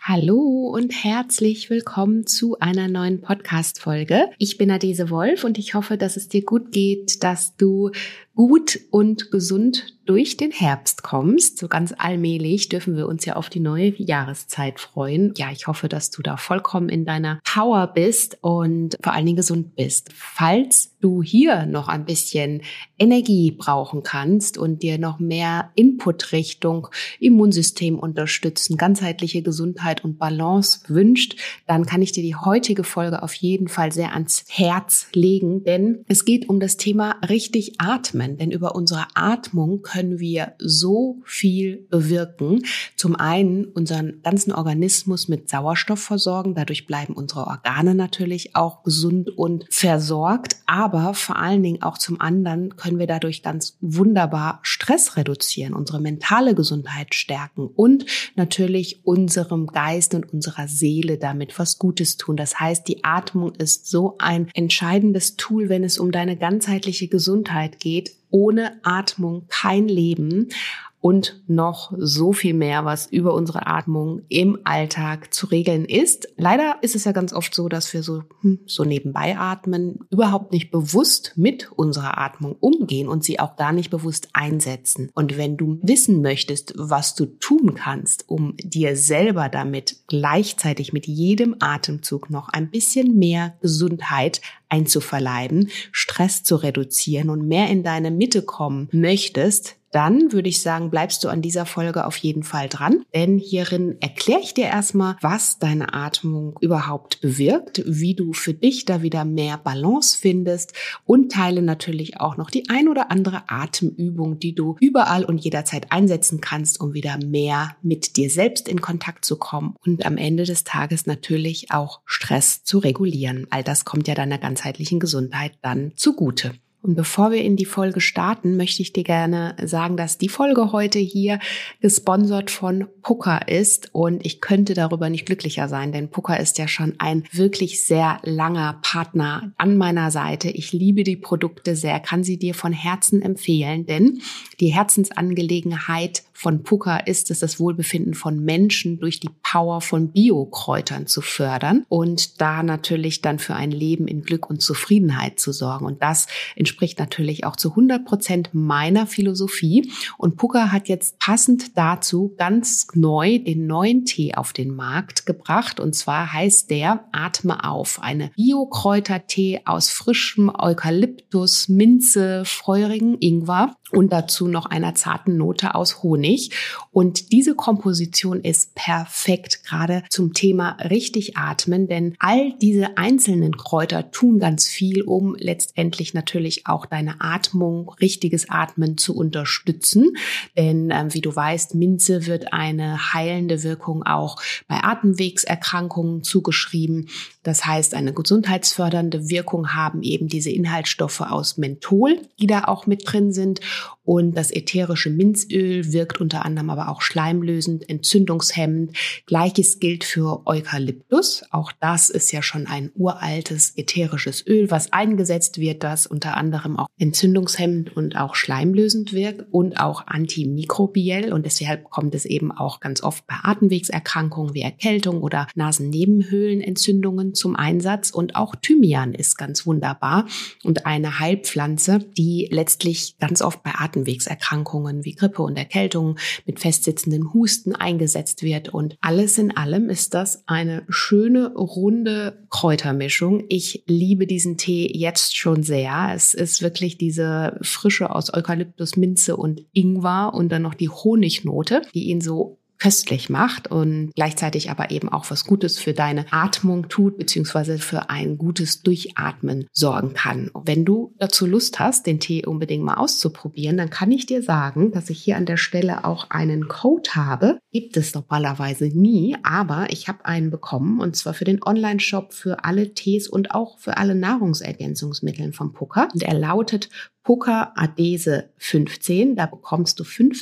Hallo und herzlich willkommen zu einer neuen Podcast-Folge. Ich bin Adese Wolf und ich hoffe, dass es dir gut geht, dass du gut und gesund durch den Herbst kommst. So ganz allmählich dürfen wir uns ja auf die neue Jahreszeit freuen. Ja, ich hoffe, dass du da vollkommen in deiner Power bist und vor allen Dingen gesund bist. Falls du hier noch ein bisschen Energie brauchen kannst und dir noch mehr Input Richtung Immunsystem unterstützen, ganzheitliche Gesundheit und Balance wünscht, dann kann ich dir die heutige Folge auf jeden Fall sehr ans Herz legen, denn es geht um das Thema richtig atmen. Denn über unsere Atmung können wir so viel bewirken. Zum einen unseren ganzen Organismus mit Sauerstoff versorgen, dadurch bleiben unsere Organe natürlich auch gesund und versorgt, aber vor allen Dingen auch zum anderen können wir dadurch ganz wunderbar Stress reduzieren, unsere mentale Gesundheit stärken und natürlich unserem Geist und unserer Seele damit was Gutes tun. Das heißt, die Atmung ist so ein entscheidendes Tool, wenn es um deine ganzheitliche Gesundheit geht. Ohne Atmung kein Leben und noch so viel mehr, was über unsere Atmung im Alltag zu regeln ist. Leider ist es ja ganz oft so, dass wir so nebenbei atmen, überhaupt nicht bewusst mit unserer Atmung umgehen und sie auch gar nicht bewusst einsetzen. Und wenn du wissen möchtest, was du tun kannst, um dir selber damit gleichzeitig mit jedem Atemzug noch ein bisschen mehr Gesundheit einzuverleiben, Stress zu reduzieren und mehr in deine Mitte kommen möchtest, dann würde ich sagen, bleibst du an dieser Folge auf jeden Fall dran, denn hierin erkläre ich dir erstmal, was deine Atmung überhaupt bewirkt, wie du für dich da wieder mehr Balance findest und teile natürlich auch noch die ein oder andere Atemübung, die du überall und jederzeit einsetzen kannst, um wieder mehr mit dir selbst in Kontakt zu kommen und am Ende des Tages natürlich auch Stress zu regulieren. All das kommt ja deiner ganzheitlichen Gesundheit dann zugute. Und bevor wir in die Folge starten, möchte ich dir gerne sagen, dass die Folge heute hier gesponsert von Pukka ist und ich könnte darüber nicht glücklicher sein, denn Pukka ist ja schon ein wirklich sehr langer Partner an meiner Seite. Ich liebe die Produkte sehr, kann sie dir von Herzen empfehlen, denn die Herzensangelegenheit von Pukka ist es, das Wohlbefinden von Menschen durch die Power von Biokräutern zu fördern und da natürlich dann für ein Leben in Glück und Zufriedenheit zu sorgen. Und das entspricht natürlich auch zu 100% meiner Philosophie. Und Pukka hat jetzt passend dazu ganz neu den neuen Tee auf den Markt gebracht. Und zwar heißt der Atme auf. Eine Biokräutertee aus frischem Eukalyptus, Minze, feurigen Ingwer und dazu noch einer zarten Note aus Honig. Und diese Komposition ist perfekt, gerade zum Thema richtig atmen, denn all diese einzelnen Kräuter tun ganz viel, um letztendlich natürlich auch deine Atmung, richtiges Atmen zu unterstützen. Denn wie du weißt, Minze wird eine heilende Wirkung auch bei Atemwegserkrankungen zugeschrieben. Das heißt, eine gesundheitsfördernde Wirkung haben eben diese Inhaltsstoffe aus Menthol, die da auch mit drin sind. Und das ätherische Minzöl wirkt unter anderem aber auch schleimlösend, entzündungshemmend. Gleiches gilt für Eukalyptus. Auch das ist ja schon ein uraltes ätherisches Öl, was eingesetzt wird, das unter anderem auch entzündungshemmend und auch schleimlösend wirkt und auch antimikrobiell. Und deshalb kommt es eben auch ganz oft bei Atemwegserkrankungen wie Erkältung oder Nasennebenhöhlenentzündungen zum Einsatz. Und auch Thymian ist ganz wunderbar und eine Heilpflanze, die letztlich ganz oft bei Atemwegserkrankungen wie Grippe und Erkältungen mit festsitzenden Husten eingesetzt wird. Und alles in allem ist das eine schöne, runde Kräutermischung. Ich liebe diesen Tee jetzt schon sehr. Es ist wirklich diese Frische aus Eukalyptus, Minze und Ingwer und dann noch die Honignote, die ihn so köstlich macht und gleichzeitig aber eben auch was Gutes für deine Atmung tut, beziehungsweise für ein gutes Durchatmen sorgen kann. Wenn du dazu Lust hast, den Tee unbedingt mal auszuprobieren, dann kann ich dir sagen, dass ich hier an der Stelle auch einen Code habe. Gibt es normalerweise nie, aber ich habe einen bekommen und zwar für den Online-Shop für alle Tees und auch für alle Nahrungsergänzungsmittel von Pukka. Und er lautet Pukka Adese 15. Da bekommst du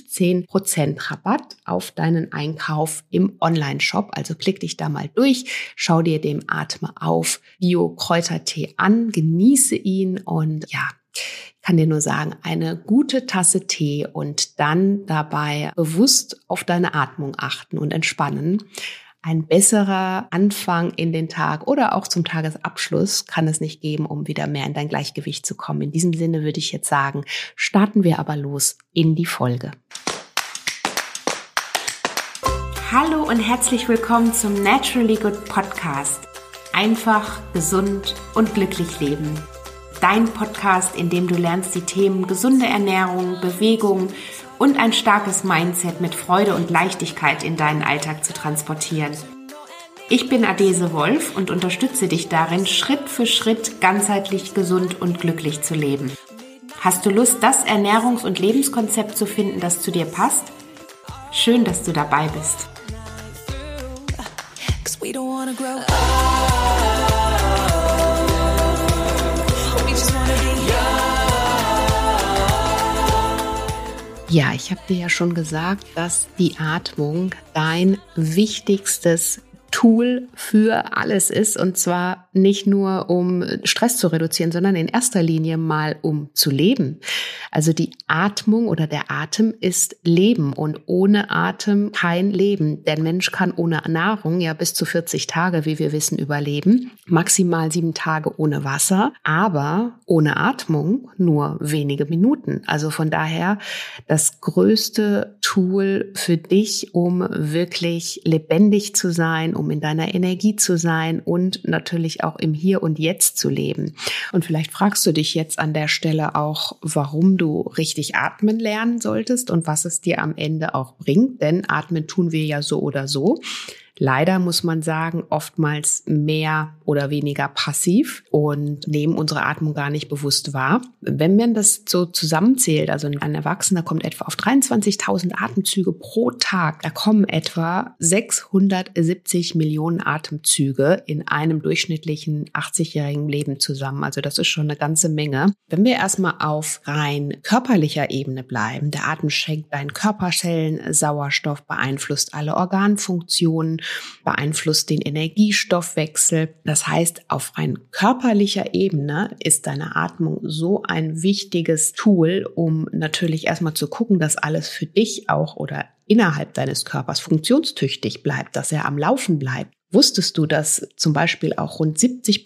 15% Rabatt auf deinen Einkauf im Online-Shop. Also klick dich da mal durch, schau dir den Atme auf Bio-Kräutertee an, genieße ihn und ja, kann dir nur sagen, eine gute Tasse Tee und dann dabei bewusst auf deine Atmung achten und entspannen. ein besserer Anfang in den Tag oder auch zum Tagesabschluss kann es nicht geben, um wieder mehr in dein Gleichgewicht zu kommen. In diesem Sinne würde ich jetzt sagen, starten wir aber los in die Folge. Hallo und herzlich willkommen zum Naturally Good Podcast. Einfach, gesund und glücklich leben. Dein Podcast, in dem du lernst, die Themen gesunde Ernährung, Bewegung und ein starkes Mindset mit Freude und Leichtigkeit in deinen Alltag zu transportieren. Ich bin Adese Wolf und unterstütze dich darin, Schritt für Schritt ganzheitlich gesund und glücklich zu leben. Hast du Lust, das Ernährungs- und Lebenskonzept zu finden, das zu dir passt? Schön, dass du dabei bist. Ja, ich habe dir ja schon gesagt, dass die Atmung dein wichtigstes Tool für alles ist, und zwar nicht nur, um Stress zu reduzieren, sondern in erster Linie mal, um zu leben. Also die Atmung oder der Atem ist Leben und ohne Atem kein Leben. Der Mensch kann ohne Nahrung ja bis zu 40 Tage, wie wir wissen, überleben, maximal 7 Tage ohne Wasser, aber ohne Atmung nur wenige Minuten. Also von daher das größte Tool für dich, um wirklich lebendig zu sein, um in deiner Energie zu sein und natürlich auch im Hier und Jetzt zu leben. Und vielleicht fragst du dich jetzt an der Stelle auch, warum du richtig atmen lernen solltest und was es dir am Ende auch bringt, denn atmen tun wir ja so oder so. Leider muss man sagen, oftmals mehr oder weniger passiv und nehmen unsere Atmung gar nicht bewusst wahr. Wenn man das so zusammenzählt, also ein Erwachsener kommt etwa auf 23.000 Atemzüge pro Tag. Da kommen etwa 670 Millionen Atemzüge in einem durchschnittlichen 80-jährigen Leben zusammen. Also das ist schon eine ganze Menge. Wenn wir erstmal auf rein körperlicher Ebene bleiben, der Atem schenkt deinen Körperzellen Sauerstoff, beeinflusst alle Organfunktionen, beeinflusst den Energiestoffwechsel. Das heißt, auf rein körperlicher Ebene ist deine Atmung so ein wichtiges Tool, um natürlich erstmal zu gucken, dass alles für dich auch oder innerhalb deines Körpers funktionstüchtig bleibt, dass er am Laufen bleibt. Wusstest du, dass zum Beispiel auch rund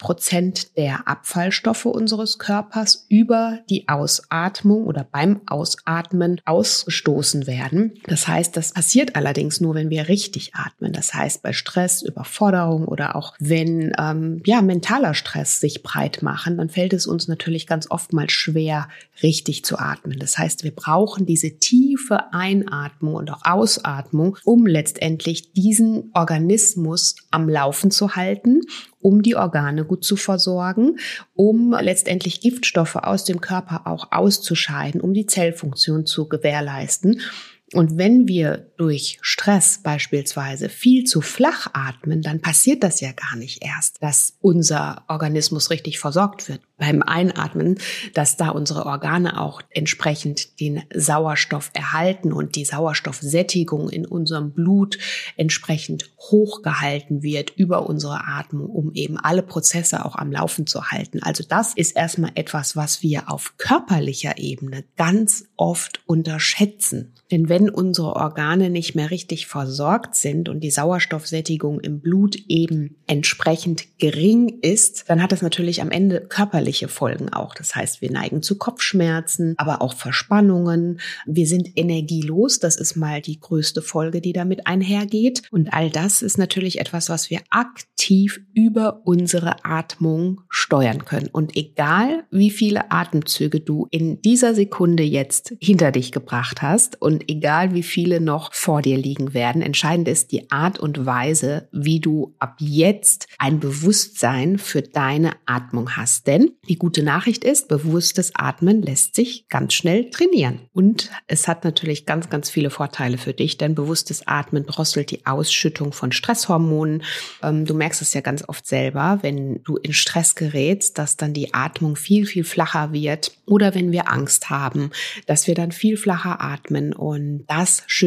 70% der Abfallstoffe unseres Körpers über die Ausatmung oder beim Ausatmen ausgestoßen werden? Das heißt, das passiert allerdings nur, wenn wir richtig atmen. Das heißt, bei Stress, Überforderung oder auch wenn mentaler Stress sich breit machen, dann fällt es uns natürlich ganz oftmals schwer, richtig zu atmen. Das heißt, wir brauchen diese tiefe Einatmung und auch Ausatmung, um letztendlich diesen Organismus am Laufen zu halten, um die Organe gut zu versorgen, um letztendlich Giftstoffe aus dem Körper auch auszuscheiden, um die Zellfunktion zu gewährleisten. Und wenn wir durch Stress beispielsweise viel zu flach atmen, dann passiert das ja gar nicht erst, dass unser Organismus richtig versorgt wird. Beim Einatmen, dass da unsere Organe auch entsprechend den Sauerstoff erhalten und die Sauerstoffsättigung in unserem Blut entsprechend hochgehalten wird über unsere Atmung, um eben alle Prozesse auch am Laufen zu halten. Also das ist erstmal etwas, was wir auf körperlicher Ebene ganz oft unterschätzen. Denn wenn unsere Organe nicht mehr richtig versorgt sind und die Sauerstoffsättigung im Blut eben entsprechend gering ist, dann hat das natürlich am Ende körperliche Folgen auch. Das heißt, wir neigen zu Kopfschmerzen, aber auch Verspannungen. Wir sind energielos. Das ist mal die größte Folge, die damit einhergeht. Und all das ist natürlich etwas, was wir aktiv über unsere Atmung steuern können. Und egal, wie viele Atemzüge du in dieser Sekunde jetzt hinter dich gebracht hast und egal, wie viele noch vor dir liegen werden, entscheidend ist die Art und Weise, wie du ab jetzt ein Bewusstsein für deine Atmung hast. Denn die gute Nachricht ist, bewusstes Atmen lässt sich ganz schnell trainieren. Und es hat natürlich ganz, ganz viele Vorteile für dich, denn bewusstes Atmen drosselt die Ausschüttung von Stresshormonen. Du merkst es ja ganz oft selber, wenn du in Stress gerätst, dass dann die Atmung viel, viel flacher wird. Oder wenn wir Angst haben, dass wir dann viel flacher atmen. Und das schüttet natürlich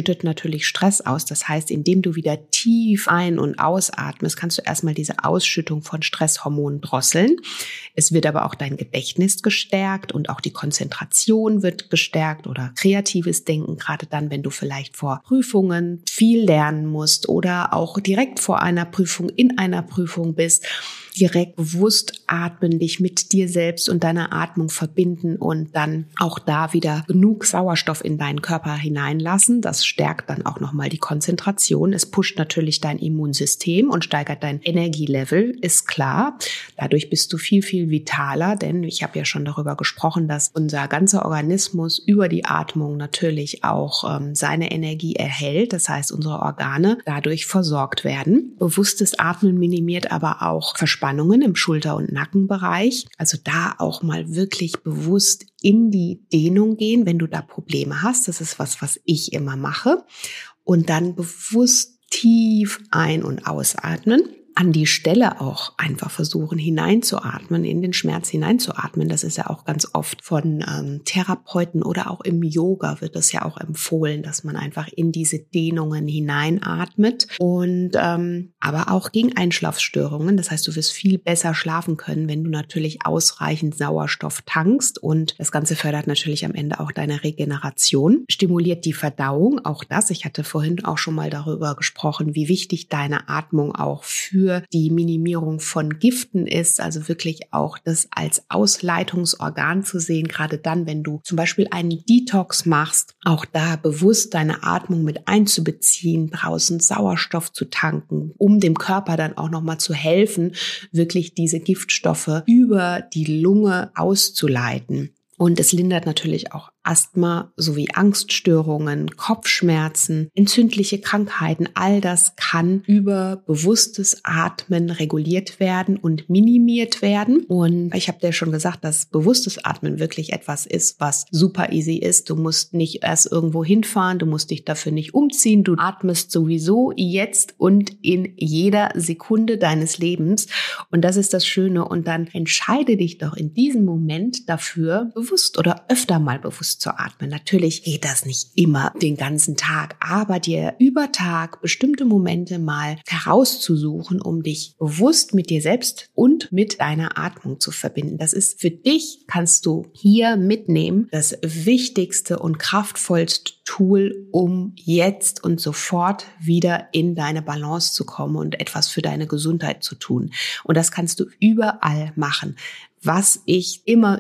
natürlich Stress aus. Das heißt, indem du wieder tief ein- und ausatmest, kannst du erstmal diese Ausschüttung von Stresshormonen drosseln. Es wird aber auch dein Gedächtnis gestärkt und auch die Konzentration wird gestärkt oder kreatives Denken, gerade dann, wenn du vielleicht vor Prüfungen viel lernen musst oder auch direkt vor einer Prüfung in einer Prüfung bist. Direkt bewusst atmen, dich mit dir selbst und deiner Atmung verbinden und dann auch da wieder genug Sauerstoff in deinen Körper hineinlassen. Das stärkt dann auch nochmal die Konzentration. Es pusht natürlich dein Immunsystem und steigert dein Energielevel, ist klar. Dadurch bist du viel, viel vitaler, denn ich habe ja schon darüber gesprochen, dass unser ganzer Organismus über die Atmung natürlich auch seine Energie erhält. Das heißt, unsere Organe dadurch versorgt werden. Bewusstes Atmen minimiert aber auch Verspannungen im Schulter- und Nackenbereich. Also da auch mal wirklich bewusst in die Dehnung gehen, wenn du da Probleme hast. Das ist was ich immer mache. Und dann bewusst tief ein- und ausatmen. An die Stelle auch einfach versuchen hineinzuatmen, in den Schmerz hineinzuatmen. Das ist ja auch ganz oft von Therapeuten oder auch im Yoga wird das ja auch empfohlen, dass man einfach in diese Dehnungen hineinatmet und aber auch gegen Einschlafstörungen. Das heißt, du wirst viel besser schlafen können, wenn du natürlich ausreichend Sauerstoff tankst und das Ganze fördert natürlich am Ende auch deine Regeneration, stimuliert die Verdauung, auch das. Ich hatte vorhin auch schon mal darüber gesprochen, wie wichtig deine Atmung auch für die Minimierung von Giften ist, also wirklich auch das als Ausleitungsorgan zu sehen, gerade dann, wenn du zum Beispiel einen Detox machst, auch da bewusst deine Atmung mit einzubeziehen, draußen Sauerstoff zu tanken, um dem Körper dann auch nochmal zu helfen, wirklich diese Giftstoffe über die Lunge auszuleiten. Und es lindert natürlich auch Asthma sowie Angststörungen, Kopfschmerzen, entzündliche Krankheiten. All das kann über bewusstes Atmen reguliert werden und minimiert werden. Und ich habe dir schon gesagt, dass bewusstes Atmen wirklich etwas ist, was super easy ist. Du musst nicht erst irgendwo hinfahren, du musst dich dafür nicht umziehen. Du atmest sowieso jetzt und in jeder Sekunde deines Lebens. Und das ist das Schöne. Und dann entscheide dich doch in diesem Moment dafür, bewusst oder öfter mal bewusst zu atmen. Natürlich geht das nicht immer den ganzen Tag, aber dir über Tag bestimmte Momente mal herauszusuchen, um dich bewusst mit dir selbst und mit deiner Atmung zu verbinden. Das ist für dich, kannst du hier mitnehmen, das wichtigste und kraftvollste Tool, um jetzt und sofort wieder in deine Balance zu kommen und etwas für deine Gesundheit zu tun. Und das kannst du überall machen. Was ich immer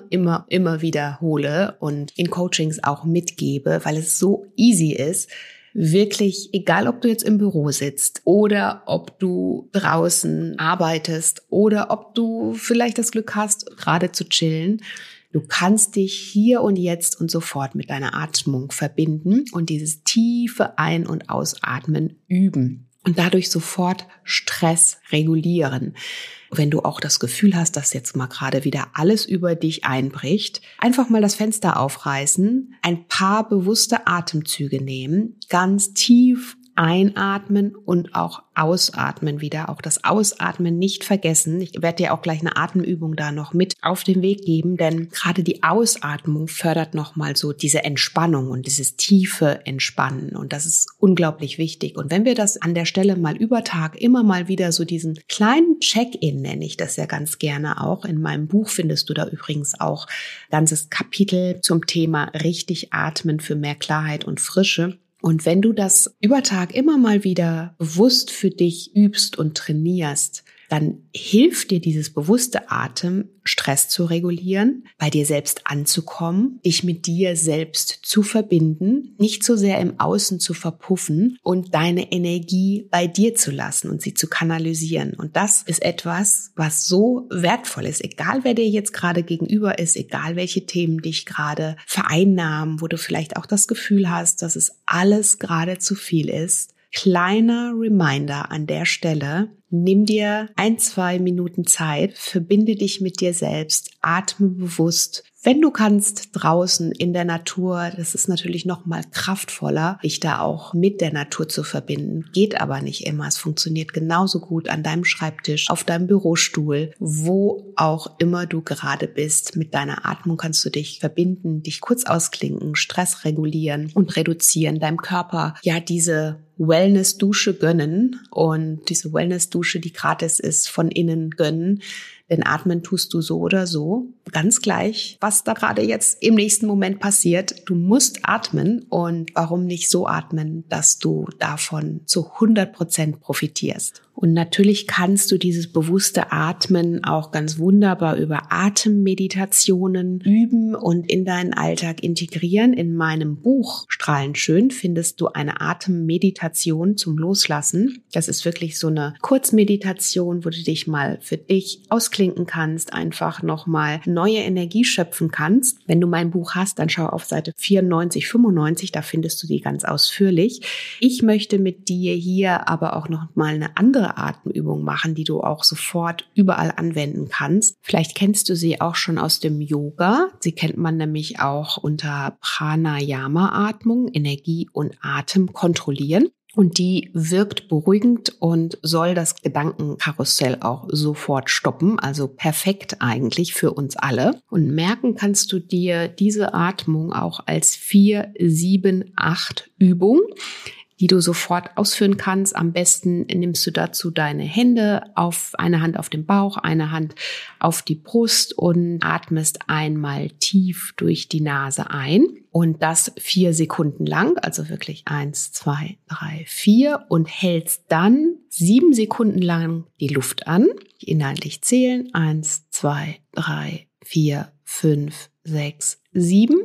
wiederhole und in Coachings auch mitgebe, weil es so easy ist, wirklich, egal ob du jetzt im Büro sitzt oder ob du draußen arbeitest oder ob du vielleicht das Glück hast, gerade zu chillen, du kannst dich hier und jetzt und sofort mit deiner Atmung verbinden und dieses tiefe Ein- und Ausatmen üben und dadurch sofort Stress regulieren. Wenn du auch das Gefühl hast, dass jetzt mal gerade wieder alles über dich einbricht, einfach mal das Fenster aufreißen, ein paar bewusste Atemzüge nehmen, ganz tief einatmen und auch ausatmen wieder. Auch das Ausatmen nicht vergessen. Ich werde dir auch gleich eine Atemübung da noch mit auf den Weg geben, denn gerade die Ausatmung fördert nochmal so diese Entspannung und dieses tiefe Entspannen. Und das ist unglaublich wichtig. Und wenn wir das an der Stelle mal über Tag immer mal wieder so diesen kleinen Check-in, nenne ich das ja ganz gerne auch. In meinem Buch findest du da übrigens auch ganzes Kapitel zum Thema richtig atmen für mehr Klarheit und Frische. Und wenn du das über Tag immer mal wieder bewusst für dich übst und trainierst, dann hilft dir dieses bewusste Atem, Stress zu regulieren, bei dir selbst anzukommen, dich mit dir selbst zu verbinden, nicht so sehr im Außen zu verpuffen und deine Energie bei dir zu lassen und sie zu kanalisieren. Und das ist etwas, was so wertvoll ist, egal wer dir jetzt gerade gegenüber ist, egal welche Themen dich gerade vereinnahmen, wo du vielleicht auch das Gefühl hast, dass es alles gerade zu viel ist. Kleiner Reminder an der Stelle, Nimm dir 1-2 Minuten Zeit, verbinde dich mit dir selbst, atme bewusst. Wenn du kannst, draußen in der Natur, das ist natürlich noch mal kraftvoller, dich da auch mit der Natur zu verbinden. Geht aber nicht immer. Es funktioniert genauso gut an deinem Schreibtisch, auf deinem Bürostuhl, wo auch immer du gerade bist. Mit deiner Atmung kannst du dich verbinden, dich kurz ausklinken, Stress regulieren und reduzieren, deinem Körper ja diese Wellness-Dusche gönnen und diese Wellness-Dusche, die gratis ist, von innen gönnen. Denn atmen tust du so oder so, ganz gleich, was da gerade jetzt im nächsten Moment passiert. Du musst atmen und warum nicht so atmen, dass du davon zu 100% profitierst. Und natürlich kannst du dieses bewusste Atmen auch ganz wunderbar über Atemmeditationen üben und in deinen Alltag integrieren. In meinem Buch Strahlend schön findest du eine Atemmeditation zum Loslassen. Das ist wirklich so eine Kurzmeditation, wo du dich mal für dich ausklinken kannst, einfach nochmal neue Energie schöpfen kannst. Wenn du mein Buch hast, dann schau auf Seite 94, 95, da findest du die ganz ausführlich. Ich möchte mit dir hier aber auch noch mal eine andere Atemübung machen, die du auch sofort überall anwenden kannst. Vielleicht kennst du sie auch schon aus dem Yoga. Sie kennt man nämlich auch unter Pranayama-Atmung, Energie und Atem kontrollieren. Und die wirkt beruhigend und soll das Gedankenkarussell auch sofort stoppen. Also perfekt eigentlich für uns alle. Und merken kannst du dir diese Atmung auch als 4-7-8-Übung, die du sofort ausführen kannst. Am besten nimmst du dazu deine Hände, eine Hand auf den Bauch, eine Hand auf die Brust und atmest einmal tief durch die Nase ein. Und das 4 Sekunden lang, also wirklich 1, 2, 3, 4 und hältst dann 7 Sekunden lang die Luft an. Inhaltlich zählen 1, 2, 3, 4, 5, 6, 7,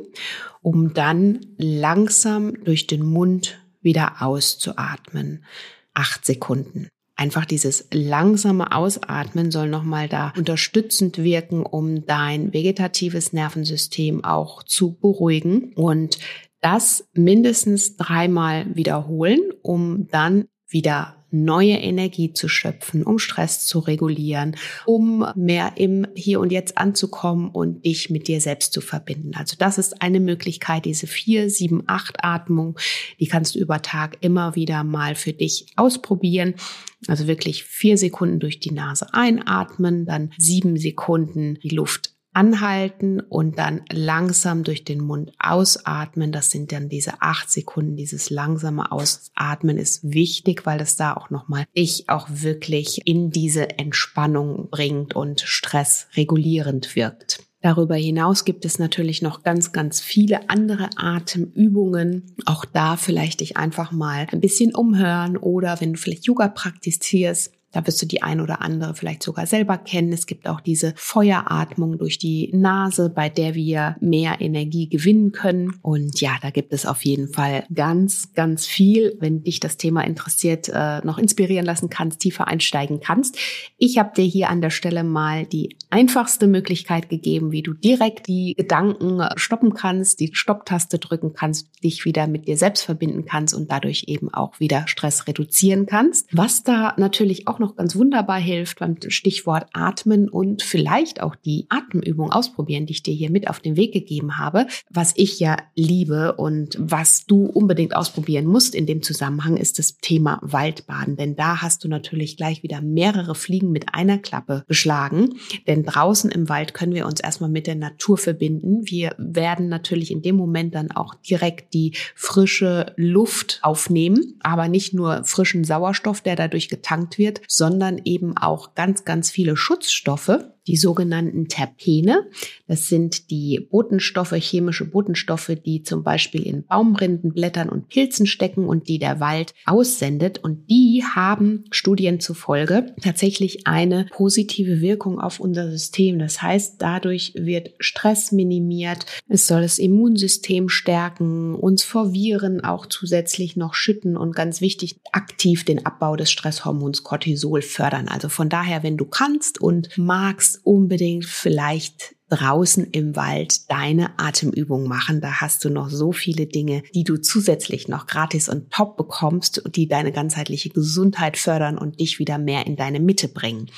um dann langsam durch den Mund wieder auszuatmen. 8 Sekunden. Einfach dieses langsame Ausatmen soll nochmal da unterstützend wirken, um dein vegetatives Nervensystem auch zu beruhigen und das mindestens 3-mal wiederholen, um dann wieder neue Energie zu schöpfen, um Stress zu regulieren, um mehr im Hier und Jetzt anzukommen und dich mit dir selbst zu verbinden. Also das ist eine Möglichkeit, diese 4-7-8-Atmung, die kannst du über Tag immer wieder mal für dich ausprobieren. Also wirklich 4 Sekunden durch die Nase einatmen, dann 7 Sekunden die Luft anhalten und dann langsam durch den Mund ausatmen. Das sind dann diese 8 Sekunden. Dieses langsame Ausatmen ist wichtig, weil es da auch nochmal dich auch wirklich in diese Entspannung bringt und stressregulierend wirkt. Darüber hinaus gibt es natürlich noch ganz, ganz viele andere Atemübungen. Auch da vielleicht dich einfach mal ein bisschen umhören oder wenn du vielleicht Yoga praktizierst, da wirst du die ein oder andere vielleicht sogar selber kennen. Es gibt auch diese Feueratmung durch die Nase, bei der wir mehr Energie gewinnen können. Und ja, da gibt es auf jeden Fall ganz, ganz viel, wenn dich das Thema interessiert, noch inspirieren lassen kannst, tiefer einsteigen kannst. Ich habe dir hier an der Stelle mal die einfachste Möglichkeit gegeben, wie du direkt die Gedanken stoppen kannst, die Stopptaste drücken kannst, dich wieder mit dir selbst verbinden kannst und dadurch eben auch wieder Stress reduzieren kannst. Was da natürlich auch noch ganz wunderbar hilft beim Stichwort Atmen und vielleicht auch die Atemübung ausprobieren, die ich dir hier mit auf den Weg gegeben habe. Was ich ja liebe und was du unbedingt ausprobieren musst in dem Zusammenhang ist das Thema Waldbaden. Denn da hast du natürlich gleich wieder mehrere Fliegen mit einer Klappe geschlagen. Denn draußen im Wald können wir uns erstmal mit der Natur verbinden. Wir werden natürlich in dem Moment dann auch direkt die frische Luft aufnehmen, aber nicht nur frischen Sauerstoff, der dadurch getankt wird, sondern eben auch ganz, ganz viele Schutzstoffe, die sogenannten Terpene. Das sind die Botenstoffe, chemische Botenstoffe, die zum Beispiel in Baumrinden, Blättern und Pilzen stecken und die der Wald aussendet. Und die haben Studien zufolge tatsächlich eine positive Wirkung auf unser System. Das heißt, dadurch wird Stress minimiert. Es soll das Immunsystem stärken, uns vor Viren auch zusätzlich noch schütten und ganz wichtig, aktiv den Abbau des Stresshormons Cortisol fördern. Also von daher, wenn du kannst und magst, unbedingt vielleicht draußen im Wald deine Atemübung machen. Da hast du noch so viele Dinge, die du zusätzlich noch gratis on top bekommst, die deine ganzheitliche Gesundheit fördern und dich wieder mehr in deine Mitte bringen.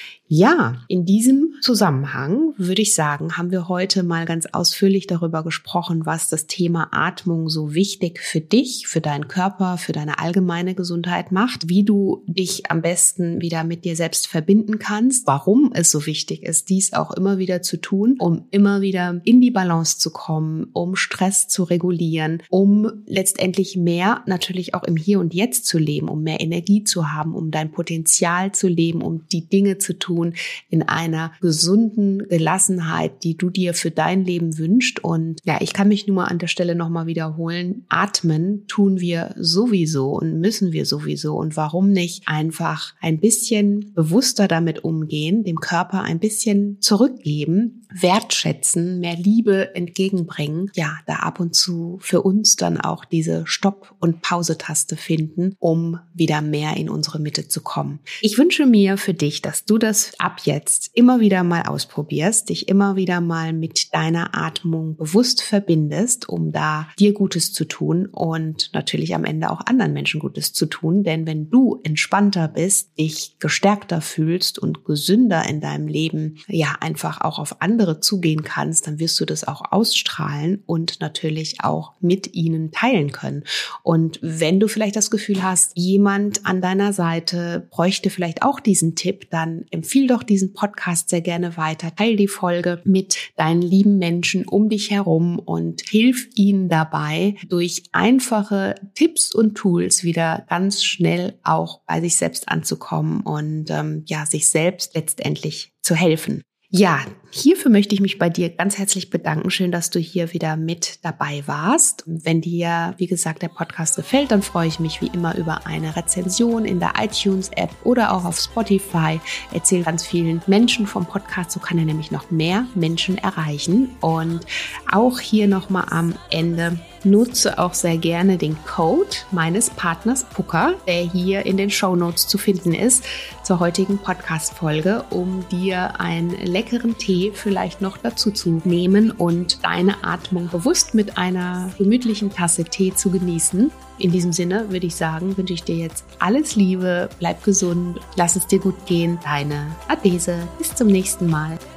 Ja, in diesem Zusammenhang würde ich sagen, haben wir heute mal ganz ausführlich darüber gesprochen, was das Thema Atmung so wichtig für dich, für deinen Körper, für deine allgemeine Gesundheit macht, wie du dich am besten wieder mit dir selbst verbinden kannst, warum es so wichtig ist, dies auch immer wieder zu tun, um immer wieder in die Balance zu kommen, um Stress zu regulieren, um letztendlich mehr natürlich auch im Hier und Jetzt zu leben, um mehr Energie zu haben, um dein Potenzial zu leben, um die Dinge zu tun, in einer gesunden Gelassenheit, die du dir für dein Leben wünschst. Und ja, ich kann mich nur mal an der Stelle nochmal wiederholen. Atmen tun wir sowieso und müssen wir sowieso. Und warum nicht einfach ein bisschen bewusster damit umgehen, dem Körper ein bisschen zurückgeben, wertschätzen, mehr Liebe entgegenbringen. Ja, da ab und zu für uns dann auch diese Stopp- und Pause-Taste finden, um wieder mehr in unsere Mitte zu kommen. Ich wünsche mir für dich, dass du das ab jetzt immer wieder mal ausprobierst, dich immer wieder mal mit deiner Atmung bewusst verbindest, um da dir Gutes zu tun und natürlich am Ende auch anderen Menschen Gutes zu tun. Denn wenn du entspannter bist, dich gestärkter fühlst und gesünder in deinem Leben, ja, einfach auch auf andere zugehen kannst, dann wirst du das auch ausstrahlen und natürlich auch mit ihnen teilen können. Und wenn du vielleicht das Gefühl hast, jemand an deiner Seite bräuchte vielleicht auch diesen Tipp, dann empfiehl doch diesen Podcast sehr gerne weiter. Teil die Folge mit deinen lieben Menschen um dich herum und hilf ihnen dabei, durch einfache Tipps und Tools wieder ganz schnell auch bei sich selbst anzukommen und sich selbst letztendlich zu helfen. Ja, hierfür möchte ich mich bei dir ganz herzlich bedanken. Schön, dass du hier wieder mit dabei warst. Wenn dir, wie gesagt, der Podcast gefällt, dann freue ich mich wie immer über eine Rezension in der iTunes-App oder auch auf Spotify. Erzähl ganz vielen Menschen vom Podcast, so kann er nämlich noch mehr Menschen erreichen. Und auch hier nochmal am Ende: Nutze auch sehr gerne den Code meines Partners Puka, der hier in den Shownotes zu finden ist, zur heutigen Podcast-Folge, um dir einen leckeren Tee vielleicht noch dazu zu nehmen und deine Atmung bewusst mit einer gemütlichen Tasse Tee zu genießen. In diesem Sinne würde ich sagen, wünsche ich dir jetzt alles Liebe, bleib gesund, lass es dir gut gehen. Deine Adese, bis zum nächsten Mal.